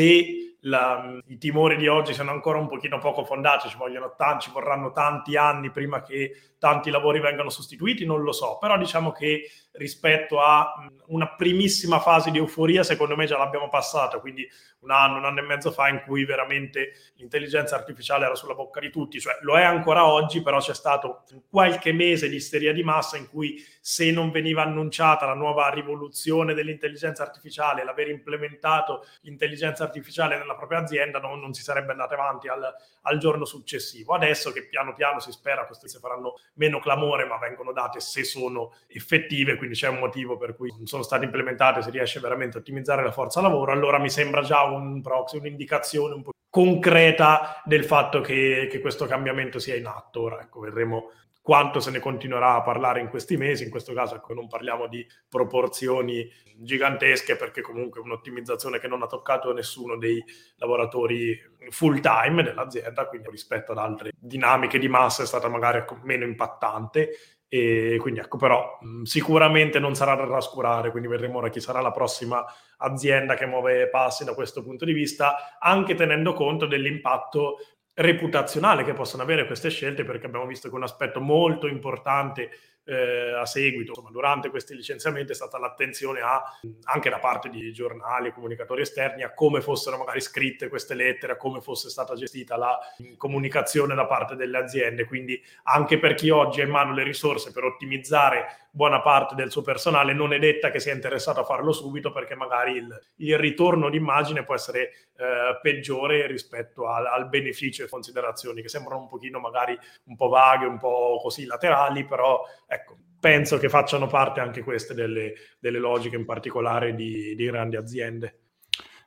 i timori di oggi sono ancora un pochino poco fondati, ci vorranno tanti anni prima che tanti lavori vengano sostituiti, non lo so, però diciamo che rispetto a una primissima fase di euforia secondo me già l'abbiamo passata, quindi un anno e mezzo fa, in cui veramente l'intelligenza artificiale era sulla bocca di tutti, cioè lo è ancora oggi, però c'è stato qualche mese di isteria di massa in cui, se non veniva annunciata la nuova rivoluzione dell'intelligenza artificiale, l'aver implementato l'intelligenza artificiale nella propria azienda, non si sarebbe andata avanti al giorno successivo. Adesso che piano piano si spera queste faranno meno clamore, ma vengono date se sono effettive, quindi c'è un motivo per cui sono state implementate, si riesce veramente a ottimizzare la forza lavoro, allora mi sembra già un proxy, un'indicazione un po' concreta del fatto che questo cambiamento sia in atto. Ora vedremo quanto se ne continuerà a parlare in questi mesi. In questo caso non parliamo di proporzioni gigantesche, perché comunque è un'ottimizzazione che non ha toccato nessuno dei lavoratori full time dell'azienda, quindi rispetto ad altre dinamiche di massa è stata magari meno impattante. E quindi però sicuramente non sarà da trascurare, quindi vedremo ora chi sarà la prossima azienda che muove passi da questo punto di vista, anche tenendo conto dell'impatto reputazionale che possono avere queste scelte, perché abbiamo visto che un aspetto molto importante a seguito, insomma, durante questi licenziamenti, è stata l'attenzione anche da parte di giornali e comunicatori esterni a come fossero magari scritte queste lettere, a come fosse stata gestita la comunicazione da parte delle aziende. Quindi anche per chi oggi ha in mano le risorse per ottimizzare buona parte del suo personale, non è detta che sia interessato a farlo subito, perché magari il ritorno d'immagine può essere peggiore rispetto al beneficio e considerazioni che sembrano un pochino magari un po' vaghe, un po' così laterali, però penso che facciano parte anche queste delle logiche in particolare di grandi aziende.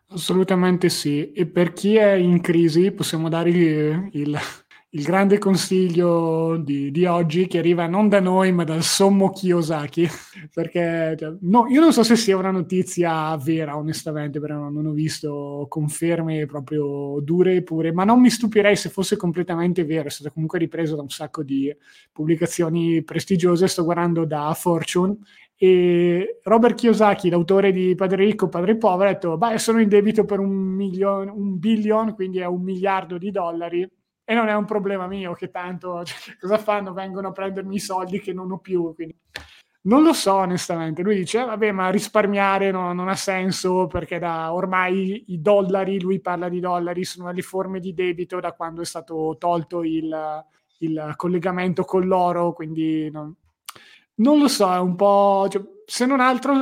Assolutamente sì. E per chi è in crisi possiamo dare il grande consiglio di oggi, che arriva non da noi ma dal sommo Kiyosaki, perché no, io non so se sia una notizia vera onestamente, perché non ho visto conferme proprio dure e pure, ma non mi stupirei se fosse completamente vero. È stato comunque ripreso da un sacco di pubblicazioni prestigiose. Sto guardando da Fortune, e Robert Kiyosaki, l'autore di Padre ricco, Padre povero, ha detto: beh, sono in debito per un billion, quindi è $1 miliardo, e non è un problema mio, che tanto cosa fanno? Vengono a prendermi i soldi che non ho più. Quindi non lo so onestamente. Lui dice: vabbè, ma risparmiare non ha senso, perché da ormai i dollari, lui parla di dollari, sono le forme di debito da quando è stato tolto il collegamento con l'oro, quindi non lo so, è un po', cioè, se non altro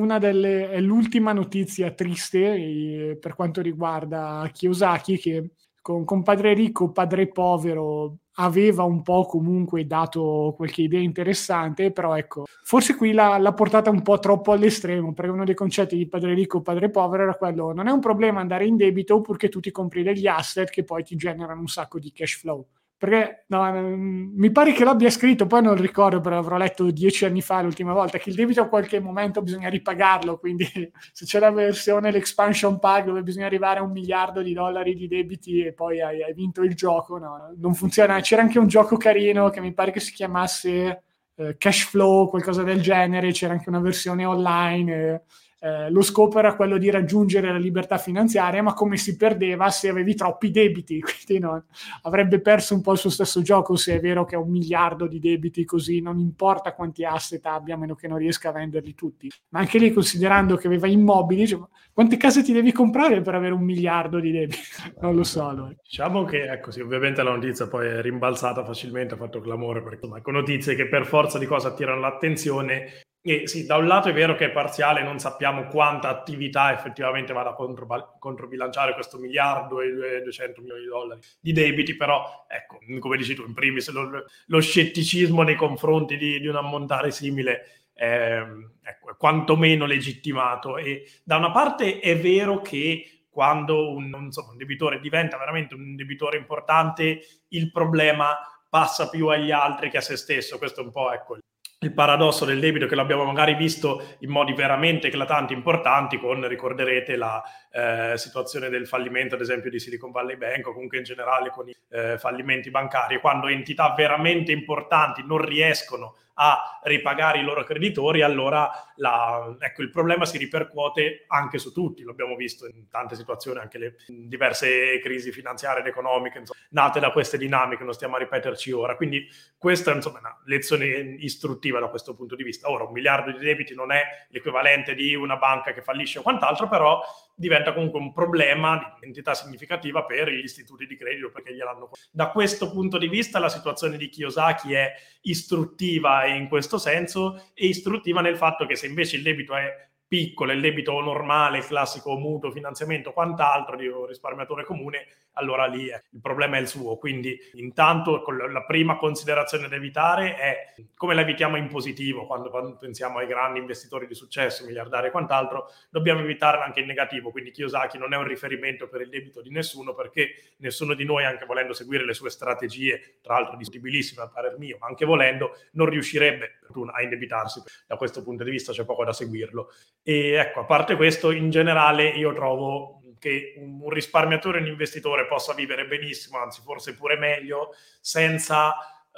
è l'ultima notizia triste per quanto riguarda Kiyosaki, che con Padre ricco, Padre povero aveva un po' comunque dato qualche idea interessante, però ecco, forse qui l'ha portata un po' troppo all'estremo, perché uno dei concetti di Padre ricco, Padre povero era quello: non è un problema andare in debito purché tu ti compri degli asset che poi ti generano un sacco di cash flow. Perché no, mi pare che l'abbia scritto, poi non ricordo, però avrò letto 10 anni fa l'ultima volta, che il debito a qualche momento bisogna ripagarlo, quindi se c'è la versione, l'expansion pack, dove bisogna arrivare a $1 miliardo di debiti e poi hai vinto il gioco, no, non funziona. C'era anche un gioco carino che mi pare che si chiamasse Cash Flow, qualcosa del genere, c'era anche una versione online. Lo scopo era quello di raggiungere la libertà finanziaria, ma come si perdeva se avevi troppi debiti, quindi no, avrebbe perso un po' il suo stesso gioco, se è vero che ha $1 miliardo di debiti, così non importa quanti asset abbia, a meno che non riesca a venderli tutti. Ma anche lì, considerando che aveva immobili, cioè, quante case ti devi comprare per avere $1 miliardo di debiti? Non lo so. Allora. Diciamo che, ecco, sì, ovviamente la notizia poi è rimbalzata facilmente, ha fatto clamore, perché insomma, ecco, notizie che per forza di cosa attirano l'attenzione. E sì, da un lato è vero che è parziale, non sappiamo quanta attività effettivamente vada a controbilanciare questo $1 miliardo e 200 milioni di dollari di debiti, però ecco, come dici tu, in primis lo scetticismo nei confronti di un ammontare simile ecco, è quantomeno legittimato. E da una parte è vero che quando un debitore diventa veramente un debitore importante, il problema passa più agli altri che a se stesso. Questo è un po', ecco, il paradosso del debito, che l'abbiamo magari visto in modi veramente eclatanti, importanti, con, ricorderete, la situazione del fallimento, ad esempio, di Silicon Valley Bank, o comunque in generale con i fallimenti bancari, quando entità veramente importanti non riescono a ripagare i loro creditori, allora ecco, il problema si ripercuote anche su tutti. L'abbiamo visto in tante situazioni, anche le diverse crisi finanziarie ed economiche, insomma, nate da queste dinamiche, non stiamo a ripeterci ora. Quindi questa, insomma, è una lezione istruttiva da questo punto di vista. Ora, $1 miliardo di debiti non è l'equivalente di una banca che fallisce o quant'altro, però diventa comunque un problema di entità significativa per gli istituti di credito, perché gliel'hanno. Da questo punto di vista la situazione di Kiyosaki è istruttiva in questo senso, e istruttiva nel fatto che, se invece il debito è piccolo, il debito normale, il classico mutuo, finanziamento, quant'altro di un risparmiatore comune, allora lì il problema è il suo. Quindi intanto la prima considerazione da evitare è come la evitiamo in positivo, quando pensiamo ai grandi investitori di successo, miliardari e quant'altro, dobbiamo evitarla anche in negativo. Quindi Kiyosaki non è un riferimento per il debito di nessuno, perché nessuno di noi, anche volendo seguire le sue strategie, tra l'altro discutibilissime a parer mio, ma anche volendo, non riuscirebbe a indebitarsi. Da questo punto di vista c'è poco da seguirlo. E ecco, a parte questo, in generale io trovo che un risparmiatore e un investitore possa vivere benissimo, anzi forse pure meglio, senza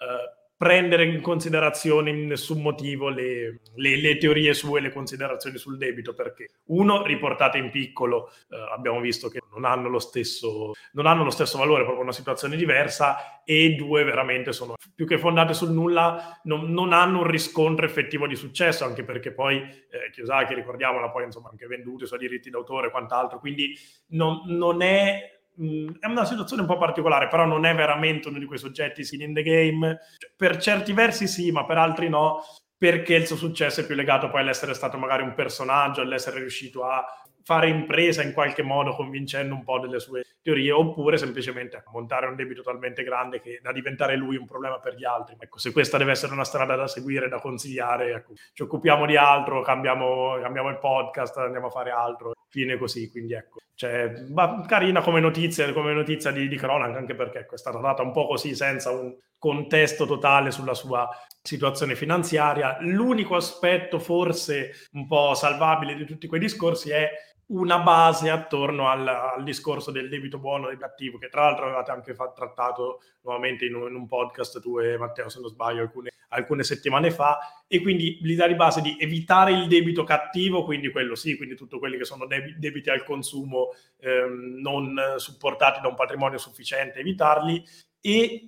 prendere in considerazione in nessun motivo le teorie sue, le considerazioni sul debito, perché uno, riportate in piccolo, abbiamo visto che non hanno lo stesso valore, proprio una situazione diversa, e due, veramente sono più che fondate sul nulla, non hanno un riscontro effettivo di successo, anche perché poi Kiyosaki, ricordiamola, poi insomma anche venduto i suoi diritti d'autore e quant'altro, quindi non è una situazione un po' particolare, però non è veramente uno di quei soggetti skin in the game. Per certi versi sì, ma per altri no, perché il suo successo è più legato poi all'essere stato magari un personaggio, all'essere riuscito a fare impresa in qualche modo, convincendo un po' delle sue teorie, oppure semplicemente a montare un debito talmente grande che da diventare lui un problema per gli altri. Ecco, se questa deve essere una strada da seguire, da consigliare, ecco, ci occupiamo di altro, cambiamo il podcast, andiamo a fare altro. fine così, quindi ecco. Cioè, carina come notizia di cronaca, anche perché è stata data un po' così, senza un contesto totale sulla sua situazione finanziaria. L'unico aspetto forse un po' salvabile di tutti quei discorsi è una base attorno al discorso del debito buono e cattivo, che tra l'altro avevate anche trattato nuovamente in un podcast tu e Matteo, se non sbaglio, alcune settimane fa, e quindi l'idea di base di evitare il debito cattivo, quindi quello sì, quindi tutto quelli che sono debiti al consumo non supportati da un patrimonio sufficiente, evitarli, e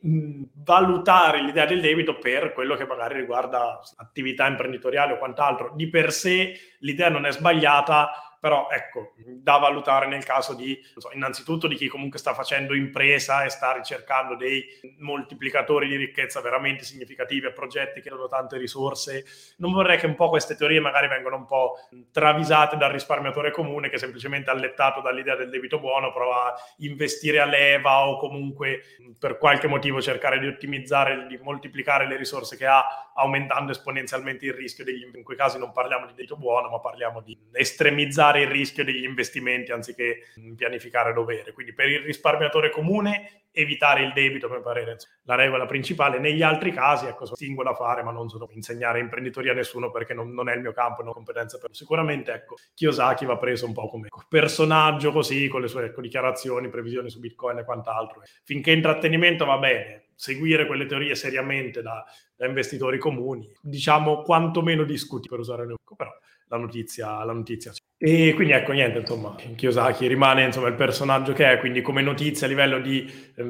valutare l'idea del debito per quello che magari riguarda attività imprenditoriale o quant'altro. Di per sé l'idea non è sbagliata, però ecco, da valutare nel caso di, innanzitutto di chi comunque sta facendo impresa e sta ricercando dei moltiplicatori di ricchezza veramente significativi a progetti che hanno tante risorse. Non vorrei che un po' queste teorie magari vengano un po' travisate dal risparmiatore comune che semplicemente allettato dall'idea del debito buono prova a investire a leva o comunque per qualche motivo cercare di ottimizzare, di moltiplicare le risorse che ha, aumentando esponenzialmente il rischio in quei casi non parliamo di debito buono, ma parliamo di estremizzare il rischio degli investimenti anziché pianificare a dovere. Quindi per il risparmiatore comune evitare il debito, a mio parere, la regola principale. Negli altri casi, ecco, sono singolo da fare, ma non sono insegnare imprenditoria a nessuno perché non è il mio campo, non ho competenza per. Sicuramente, ecco, Kiyosaki va preso un po' come personaggio così, con le sue dichiarazioni, previsioni su Bitcoin e quant'altro. Finché intrattenimento va bene, seguire quelle teorie seriamente da investitori comuni, diciamo quantomeno discuti, per usare il però la notizia c'è. E quindi ecco, niente, insomma, Kiyosaki rimane insomma il personaggio che è, quindi come notizia a livello di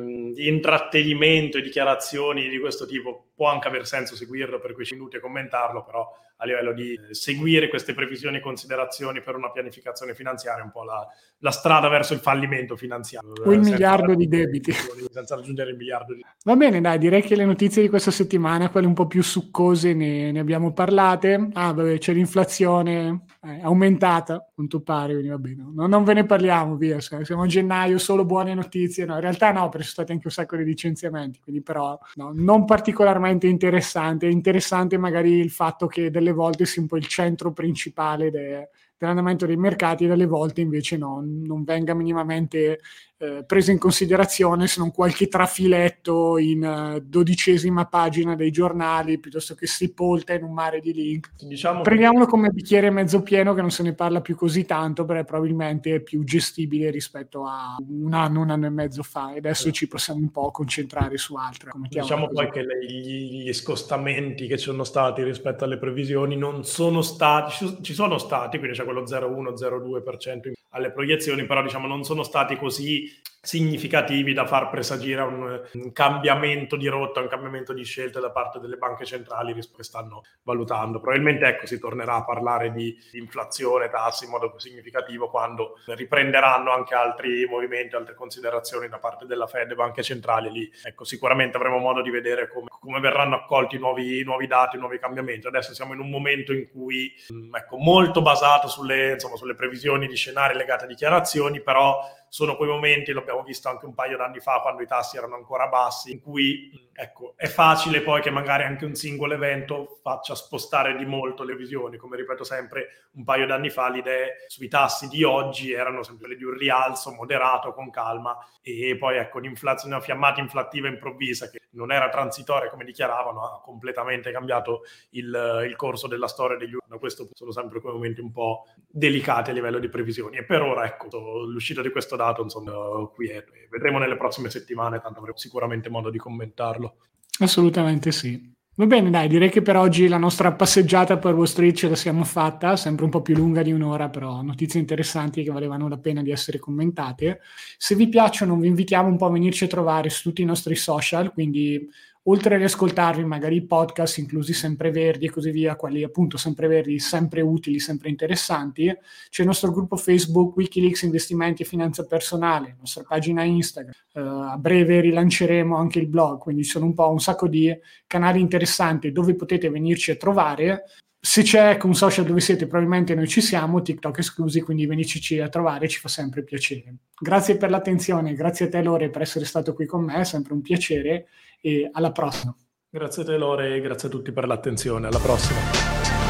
intrattenimento e dichiarazioni di questo tipo può anche aver senso seguirlo per 15 minuti e commentarlo, però a livello di seguire queste previsioni e considerazioni per una pianificazione finanziaria è un po' la strada verso il fallimento finanziario. O il miliardo di debiti. Senza raggiungere il miliardo di. Va bene, dai, direi che le notizie di questa settimana, quelle un po' più succose, ne abbiamo parlate. Vabbè, c'è l'inflazione aumentata, quanto pare, quindi va bene. Non ve ne parliamo, via, siamo a gennaio, solo buone notizie. No, in realtà no, perché sono stati anche un sacco di licenziamenti, quindi però no, non particolarmente interessante. È interessante magari il fatto che delle volte sia un po' il centro principale dell'andamento dei mercati, e delle volte invece non venga minimamente preso in considerazione, se non qualche trafiletto in 12ª pagina dei giornali, piuttosto che sepolta in un mare di link. Diciamo prendiamolo come bicchiere mezzo pieno, che non se ne parla più così tanto, perché probabilmente è più gestibile rispetto a un anno e mezzo fa, e adesso ci possiamo un po' concentrare su altre. Diciamo poi che gli scostamenti che ci sono stati rispetto alle previsioni non sono stati, ci sono stati, quindi c'è quello 0,1-0,2% alle proiezioni, però diciamo non sono stati così significativi da far presagire un cambiamento di rotta, un cambiamento di scelte da parte delle banche centrali che stanno valutando. Probabilmente ecco, si tornerà a parlare di inflazione, tassi in modo più significativo quando riprenderanno anche altri movimenti, altre considerazioni da parte della Fed e banche centrali. Lì ecco, sicuramente avremo modo di vedere come verranno accolti nuovi dati, nuovi cambiamenti. Adesso siamo in un momento in cui ecco, molto basato sulle previsioni di scenari legate a dichiarazioni, però sono quei momenti, l'abbiamo visto anche un paio d'anni fa quando i tassi erano ancora bassi, in cui ecco, è facile poi che magari anche un singolo evento faccia spostare di molto le visioni. Come ripeto sempre, un paio d'anni fa le idee sui tassi di oggi erano sempre le di un rialzo moderato, con calma, e poi ecco l'inflazione, una fiammata inflattiva improvvisa che non era transitoria come dichiaravano, ha completamente cambiato il corso della storia degli anni. Questo sono sempre quei momenti un po' delicati a livello di previsioni, e per ora ecco, l'uscita di questo dato insomma qui è. Vedremo nelle prossime settimane, tanto avremo sicuramente modo di commentarlo. Assolutamente sì. Va bene, dai, direi che per oggi la nostra passeggiata per Wall Street ce la siamo fatta, sempre un po' più lunga di un'ora, però notizie interessanti che valevano la pena di essere commentate. Se vi piacciono, vi invitiamo un po' a venirci a trovare su tutti i nostri social, quindi oltre ad ascoltarvi magari i podcast, inclusi Sempreverdi e così via, quelli appunto Sempreverdi, sempre utili, sempre interessanti, c'è il nostro gruppo Facebook Wikileaks Investimenti e Finanza Personale, la nostra pagina Instagram, a breve rilanceremo anche il blog, quindi ci sono un sacco di canali interessanti dove potete venirci a trovare. Se c'è un social dove siete, probabilmente noi ci siamo, TikTok esclusi, quindi veniteci a trovare, ci fa sempre piacere. Grazie per l'attenzione, grazie a te Lore per essere stato qui con me, è sempre un piacere, e alla prossima. Grazie a te Lore e grazie a tutti per l'attenzione, alla prossima.